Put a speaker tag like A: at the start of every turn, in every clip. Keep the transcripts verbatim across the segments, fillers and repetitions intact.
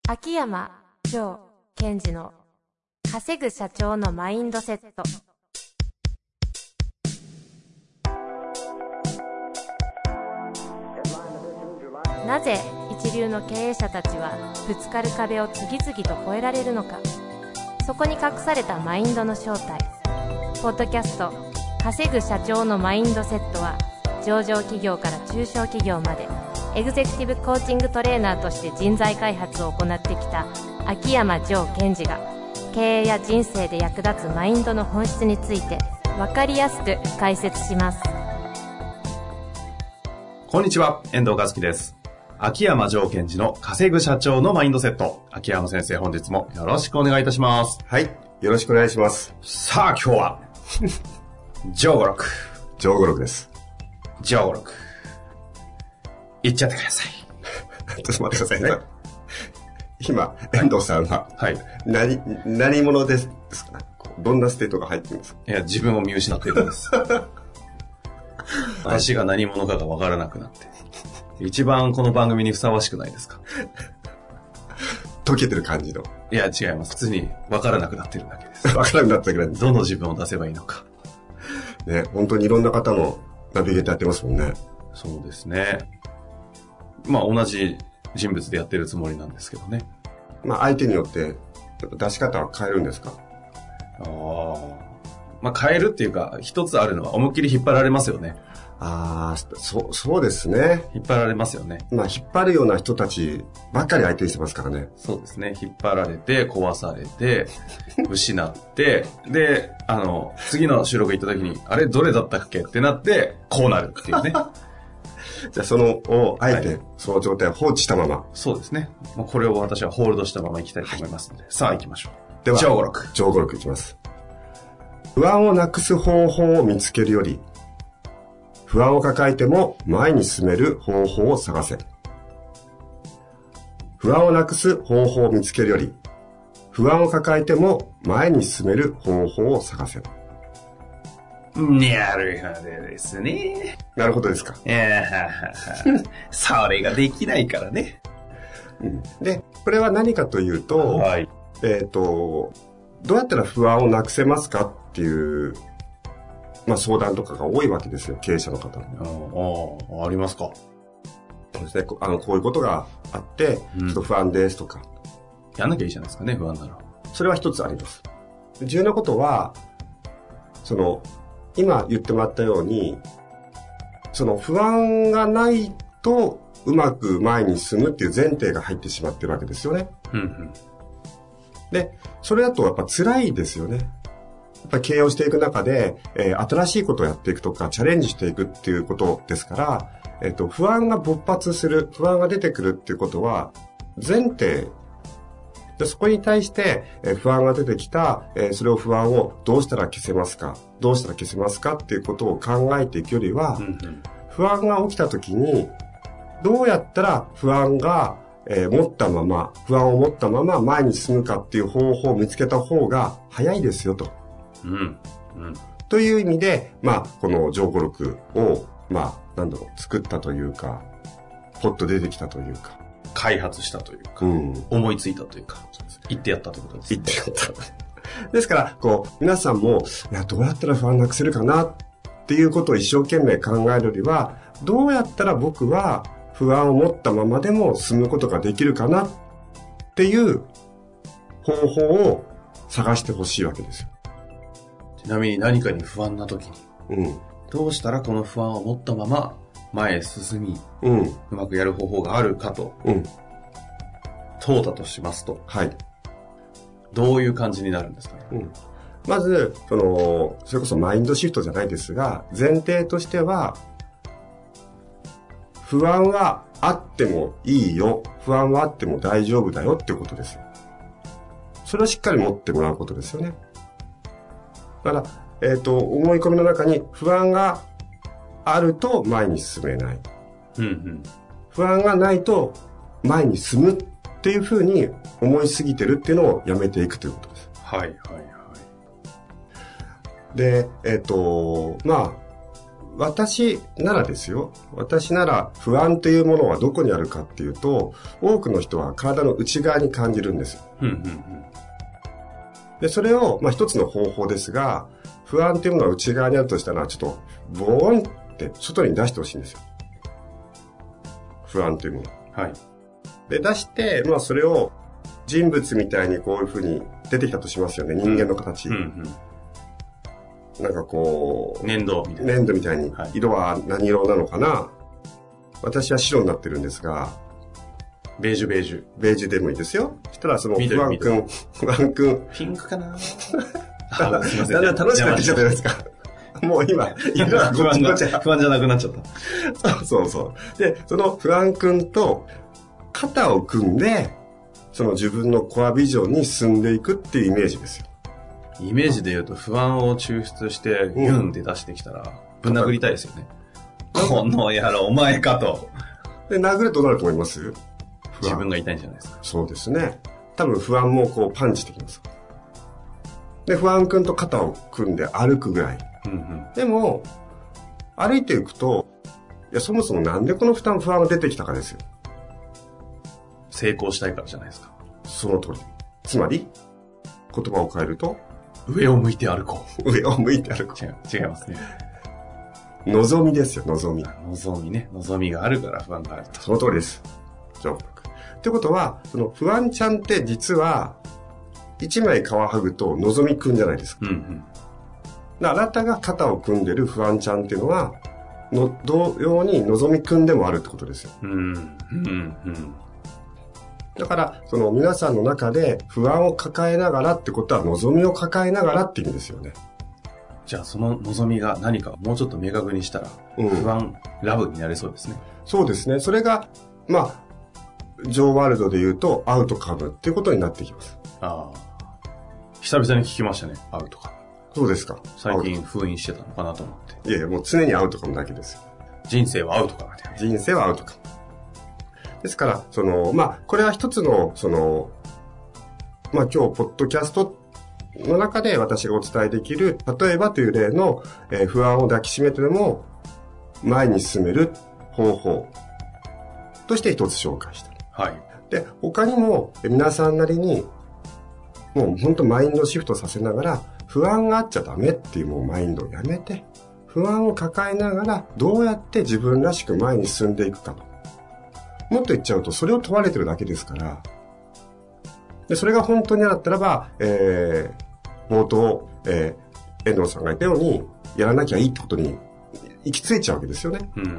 A: 秋山城賢治の稼ぐ社長のマインドセット。なぜ一流の経営者たちはぶつかる壁を次々と越えられるのか。そこに隠されたマインドの正体。ポッドキャスト稼ぐ社長のマインドセットは、上場企業から中小企業までエグゼクティブコーチングトレーナーとして人材開発を行ってきた秋山城賢治が、経営や人生で役立つマインドの本質について分かりやすく解説します。
B: こんにちは、遠藤和樹です。秋山城賢治の稼ぐ社長のマインドセット。秋山先生、本日もよろしくお願いいたします。
C: はい、よろしくお願いします。
B: さあ、今日は城五六
C: 城五六です。
B: 城五六言っちゃってください。
C: ちょっと待ってくださいね。今、遠藤さんは、
B: はい、
C: 何、何者ですか？どんなステートが入ってるんですか？
B: いや、自分を見失っているんです。私が何者かが分からなくなって。一番この番組にふさわしくないですか？
C: 溶けてる感じの。
B: いや、違います。普通に分からなくなってるだけです。
C: 分からなくなってるだけです。
B: どの自分を出せばいいのか。
C: ね、本当にいろんな方のナビゲーターやってますもんね。
B: そうですね。まあ同じ人物でやってるつもりなんですけどね。
C: まあ相手によって出し方は変えるんですか？
B: ああ。まあ変えるっていうか、一つあるのは思いっきり引っ張られますよね。
C: ああ、そう、そうですね。
B: 引っ張られますよね。
C: まあ引っ張るような人たちばっかり相手にしてますからね。
B: そうですね。引っ張られて、壊されて、失って、で、あの、次の収録行った時に、あれどれだったっけってなって、こうなるっていうね。
C: じゃあそのをあえてその状態を放置したまま、はい、
B: そうですね。もうこれを私はホールドしたまま行きたいと思いますので、はい、さあ行きましょう。
C: では
B: 城五六
C: 城五六いきます。不安をなくす方法を見つけるより、不安を抱えても前に進める方法を探せ。不安をなくす方法を見つけるより、不安を抱えても前に進める方法を探せ。
B: なるほどですね。
C: なるほどですか。
B: それができないからね。
C: うん、で、これは何かというと、はい、えっと、どうやったら不安をなくせますかっていう、まあ相談とかが多いわけですよ、経営者の方
B: に。ああ、ありますか。
C: そうですね、あの、こういうことがあって、うん、ちょっと不安ですとか。
B: やんなきゃいいじゃないですかね、不安なら。
C: それは一つあります。重要なことは、その、今言ってもらったように、その不安がないとうまく前に進むっていう前提が入ってしまってるわけですよね。
B: うんうん、
C: で、それだとやっぱ辛いですよね。やっぱり経営をしていく中で、えー、新しいことをやっていくとかチャレンジしていくっていうことですから、えっと、不安が勃発する、不安が出てくるっていうことは前提で、そこに対して、えー、不安が出てきた、えー、それを不安をどうしたら消せますか、どうしたら消せますかっていうことを考えていくよりは、うんうん、不安が起きた時にどうやったら不安が、えー、持ったまま、不安を持ったまま前に進むかっていう方法を見つけた方が早いですよと。
B: うんうん、
C: という意味で、まあ、この城五六を、まあ、なんだろう、作ったというか、ポッと出てきたというか。
B: 開発したというか、うん、思いついたというか、言ってやったということですね。
C: 言ってやった。ですから、こう、皆さんも、いや、どうやったら不安なくせるかなっていうことを一生懸命考えるよりは、どうやったら僕は不安を持ったままでも進むことができるかなっていう方法を探してほしいわけですよ。
B: ちなみに何かに不安な時に、
C: うん、
B: どうしたらこの不安を持ったまま前へ進み、
C: うん、
B: うまくやる方法があるかと、
C: うん、
B: 問うたとしますと、
C: はい、
B: どういう感じになるんですかね。
C: うん、まずそのそれこそマインドシフトじゃないですが、前提としては不安はあってもいいよ、不安はあっても大丈夫だよっていうことですよ。それをしっかり持ってもらうことですよね。だから、えっと、思い込みの中に不安があると前に進めない、
B: うんうん、
C: 不安がないと前に進むっていうふうに思いすぎてるっていうのをやめていくということです。
B: はいはいはい。
C: で、えっと、まあ、 私ならですよ。私なら不安というものはどこにあるかっていうと、多くの人は体の内側に感じるんですよ。
B: うんうんうん、
C: で、それを、まあ一つの方法ですが、不安というものは内側にあるとしたら、ちょっと、ボーンって外に出してほしいんですよ。不安というもの。
B: はい。
C: で、出して、まあそれを人物みたいにこういうふうに出てきたとしますよね。人間の形。
B: うんうんうん、
C: なんかこう、
B: 粘土みたいな。
C: 粘土みたいに、色は何色なのかな、はい、私は白になってるんですが、
B: ベージュベージュ。
C: ベージュでもいいですよ。そしたらその不安くん、不安くん。
B: ピンクかな
C: あすいません。だんだん楽しくなってきちゃったじゃないですか。もう今、色は
B: 不安が、不安じゃなくなっちゃった。
C: そうそうそう。で、その不安くんと肩を組んで、その自分のコアビジョンに進んでいくっていうイメージですよ。
B: イメージで言うと不安を抽出して、ギュンって出してきたら、ぶん殴りたいですよね。この野郎、お前かと。
C: で、殴るとどうなると思います？
B: 自分が痛いんじゃないですか。
C: そうですね。多分不安もこうパンチしてきます。で、不安くんと肩を組んで歩くぐらい。うんうん、でも、歩いていくと、いや、そもそもなんでこの負担、不安が出てきたかですよ。
B: 成功したいからじゃないですか。
C: その通り。つまり、言葉を変えると、
B: 上を向いて歩こ
C: う。上を向いて歩こ
B: う。違う、違いますね。
C: 望みですよ、望み。
B: 望みね。望みがあるから不安があると。
C: その通りです。上手。ってことは、その不安ちゃんって実は、一枚皮剥ぐと望みくんじゃないですか。うんうん。あなたが肩を組んでる不安ちゃんっていうのは、の同様に望みくんでもあるってことですよ。うんうんうん。だから、その皆さんの中で不安を抱えながらってことは望みを抱えながらって意味ですよね。
B: じゃあその望みが何かもうちょっと明確にしたら、うん、不安、ラブになれそうですね。
C: そうですね。それが、まあ、ジョーワールドで言うとアウトカムっていうことになってきます。ああ。
B: 久々に聞きましたね、アウトカム。
C: そうですか。
B: 最近封印してたのかなと思って。
C: いやいや、もう常にアウトカムだけですよ。
B: 人生はアウトカムで。
C: 人生はアウトカム。ですから、その、まあ、これは一つの、その、まあ、今日、ポッドキャストの中で私がお伝えできる、例えばという例の、えー、不安を抱きしめてでも、前に進める方法として一つ紹介した。はい。で、他にも、皆さんなりに、もう本当マインドシフトさせながら、不安があっちゃダメっていうもうマインドをやめて、不安を抱えながら、どうやって自分らしく前に進んでいくかと。もっと言っちゃうと、それを問われてるだけですから、で、それが本当にあったらば、えー、冒頭、えー、遠藤さんが言ったように、やらなきゃいいってことに行き着いちゃうわけですよね。うんうんうん、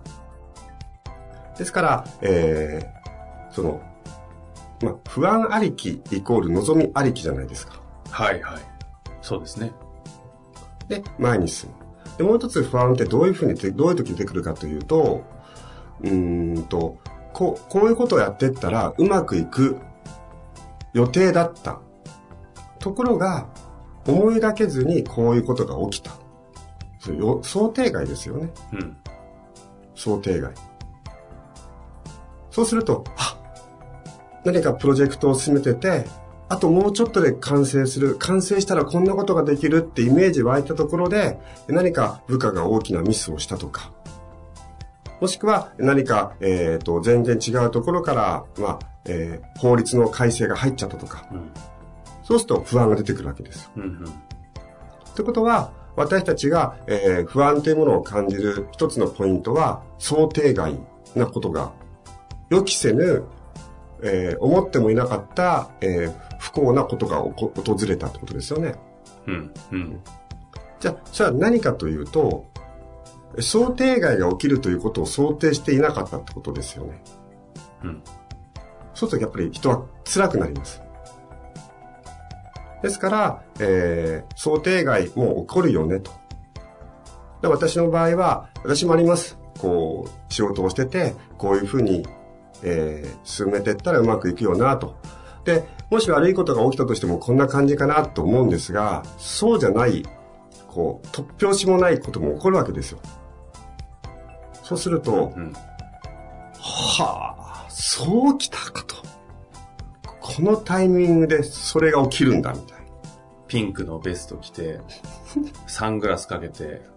C: ですから、えー、その、まあ、不安ありきイコール望みありきじゃないですか。
B: はいはい。そうですね。
C: で、前に進む。で、もう一つ不安ってどういうふうに、どういう時に出てくるかというと、うーんと、こう、こういうことをやっていったらうまくいく予定だった。ところが、思いがけずにこういうことが起きた。そういう想定外ですよね。うん。想定外。そうすると、あ、何かプロジェクトを進めてて、あともうちょっとで完成する。完成したらこんなことができるってイメージ湧いたところで、何か部下が大きなミスをしたとか、もしくは何か、えっと、全然違うところから、まあ、えー、法律の改正が入っちゃったとか、うん、そうすると不安が出てくるわけですよ。うんうん、ということは、私たちが、えー、不安というものを感じる一つのポイントは、想定外なことが、予期せぬ、えー、思ってもいなかった、えー、不幸なことが訪れたってことですよね。うんうん、じゃあ、それは何かというと、想定外が起きるということを想定していなかったってことですよね。うん、そうするとやっぱり人は辛くなります。ですから、えー、想定外も起こるよねと。で、私の場合は、私もあります。こう、仕事をしてて、こういうふうに、えー、進めていったらうまくいくよなと。で、もし悪いことが起きたとしてもこんな感じかなと思うんですが、そうじゃない、こう、突拍子もないことも起こるわけですよ。そうすると、うん、はあ、そうきたかと。このタイミングでそれが起きるんだみたいな。
B: ピンクのベスト着て、サングラスかけて、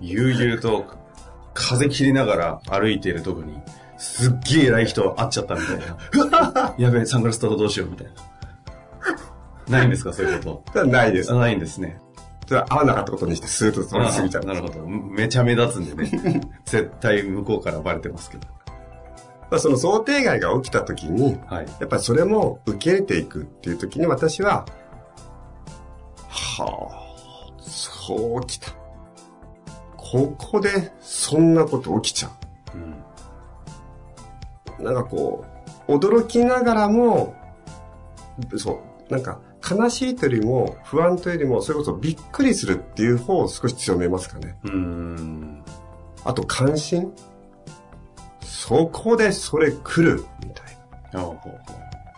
B: 悠々と風切りながら歩いているとこに、すっげえ偉い人会っちゃったみたいな。やべえ、サングラス取ろうどうしようみたいな。ないんですか、そういうこと。
C: ないです。
B: ないんですね。
C: それは合わなかったことにしてスーッと通り過ぎちゃう。
B: なるほど。めちゃ目立つんでね。絶対向こうからバレてますけど。
C: まあ、その想定外が起きた時に、
B: はい、
C: やっぱりそれも受け入れていくっていう時に私は、はあ、そうきた。ここでそんなこと起きちゃう。うん、なんかこう、驚きながらも、そう、なんか悲しいというよりも、不安というよりも、それこそびっくりするっていう方を少し強めますかね。うーん、あと関心。そこでそれ来るみたいな。ほうほうほ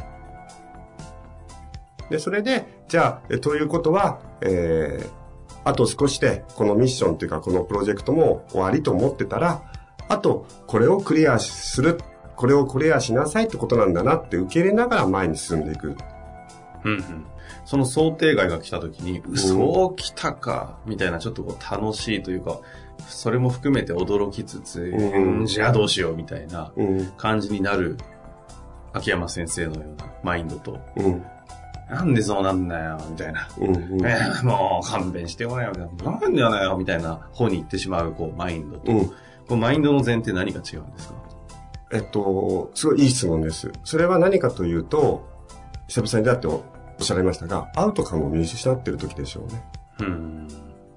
C: う。で、それで、じゃあ、えということは、えー、あと少しで、このミッションというか、このプロジェクトも終わりと思ってたら、あと、これをクリアする、これをクリアしなさいってことなんだなって受け入れながら前に進んでいく。
B: うんうん。その想定外が来た時に、うん、そう来たか、みたいなちょっとこう楽しいというか、それも含めて驚きつつ、うん、じゃあどうしようみたいな感じになる秋山先生のようなマインドと、うん、なんでそうなんだよみたいな、うんうん、えー、もう勘弁してよよみたいな、なんでやなよみたいな方に行ってしまうこうマインドと、うん、こうマインドの前提何が違うんですか？
C: えっと、すごいいい質問です。それは何かというと、久々にだっておっしゃられましたが、アウトカムを見失っている時でしょうね。うん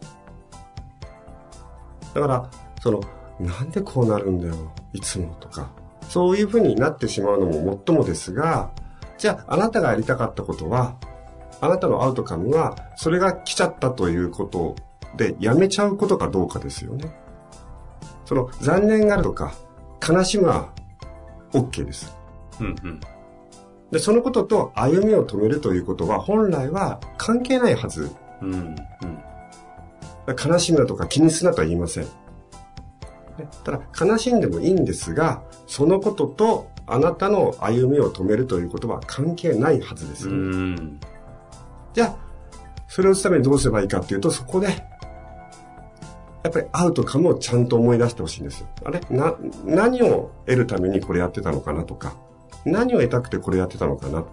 C: だから、その、なんでこうなるんだよ、いつもとか、そういうふうになってしまうのももっともですが、じゃあ、あなたがやりたかったことは、あなたのアウトカムは、それが来ちゃったということで、やめちゃうことかどうかですよね。その、残念があるとか、悲しむは、OK です。うんうん。で、そのことと歩みを止めるということは、本来は関係ないはず。うんうん悲しむなとか気にするなとは言いません。ただ、悲しんでもいいんですが、そのこととあなたの歩みを止めるということは関係ないはずです。うんじゃあ、それをするためにどうすればいいかっていうと、そこで、やっぱりアウトカムをちゃんと思い出してほしいんですよ。あれな、何を得るためにこれやってたのかなとか、何を得たくてこれやってたのかな。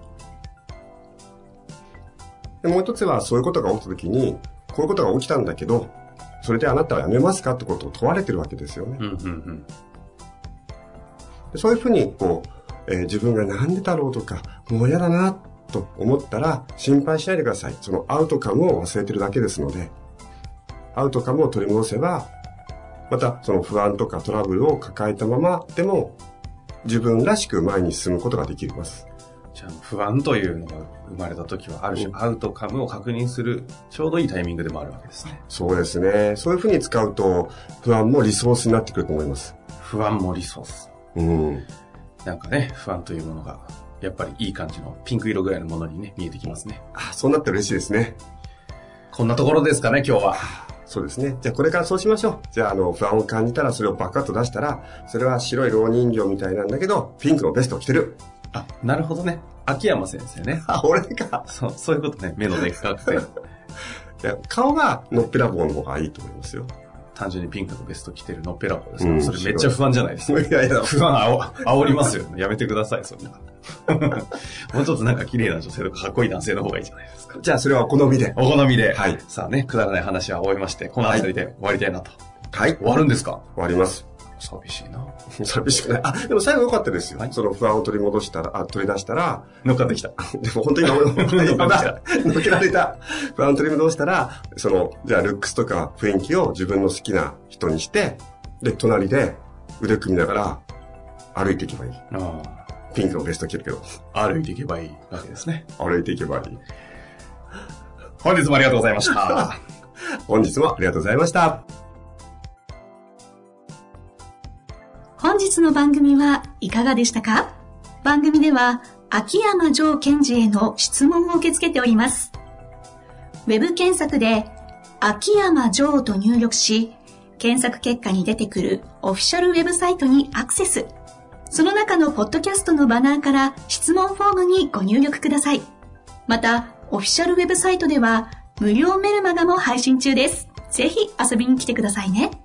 C: でもう一つは、そういうことが起きたときに、こういうことが起きたんだけど、それであなたはやめますかってことを問われてるわけですよね。うんうんうん、でそういうふうにこう、えー、自分がなんでだろうとか、もう嫌だなと思ったら心配しないでください。そのアウトカムを忘れてるだけですので、アウトカムを取り戻せば、またその不安とかトラブルを抱えたままでも自分らしく前に進むことができます。
B: じゃあ不安というのが生まれたときはある種アウトカムを確認するちょうどいいタイミングでもあるわけですね。
C: そうですね。そういうふうに使うと不安もリソースになってくると思います。
B: 不安もリソース。うん。なんかね、不安というものがやっぱりいい感じのピンク色ぐらいのものにね見えてきますね。
C: あ、そうなったら嬉しいですね。
B: こんなところですかね今日は。
C: そうですね。じゃあこれからそうしましょう。じゃああの不安を感じたらそれをバカッと出したら、それは白い老人形みたいなんだけどピンクのベストを着てる。
B: あ、なるほどね。秋山先生ね。
C: あ、俺か。
B: そう、そういうことね。目のでっかくて。い
C: や、顔がのっぺらぼうの方がいいと思いますよ。
B: 単純にピンクのベスト着てるのっぺらぼうですから、うん、それめっちゃ不安じゃないですか。
C: いやいや、
B: 不安あお煽りますよ。やめてください、そんな。もうちょっとなんか綺麗な女性とかかっこいい男性の方がいいじゃないですか。
C: じゃあそれはお好みで。
B: お好みで。
C: はい。
B: さあね、くだらない話は終えまして、このあたりで終わりたいなと。
C: はい。
B: 終わるんですか？
C: 終わります。
B: 寂しいな。
C: 寂しくない。あ、でも最後良かったですよ。はい、その不安を取り戻したら、あ、取り出したら。
B: 乗っかってきた。
C: でも本当に今、今だ。乗っけられた。不安を取り戻したら、その、じゃあルックスとか雰囲気を自分の好きな人にして、で、隣で腕組みながら歩いていけばいい。あピンクのベスト着るけど。
B: 歩いていけばいいわけですね。
C: 歩いていけばいい。
B: 本日もありがとうございました。
C: 本日もありがとうございました。
D: 本日の番組はいかがでしたか？番組では秋山城賢治への質問を受け付けております。ウェブ検索で秋山城と入力し、検索結果に出てくるオフィシャルウェブサイトにアクセス。その中のポッドキャストのバナーから質問フォームにご入力ください。また、オフィシャルウェブサイトでは無料メルマガも配信中です。ぜひ遊びに来てくださいね。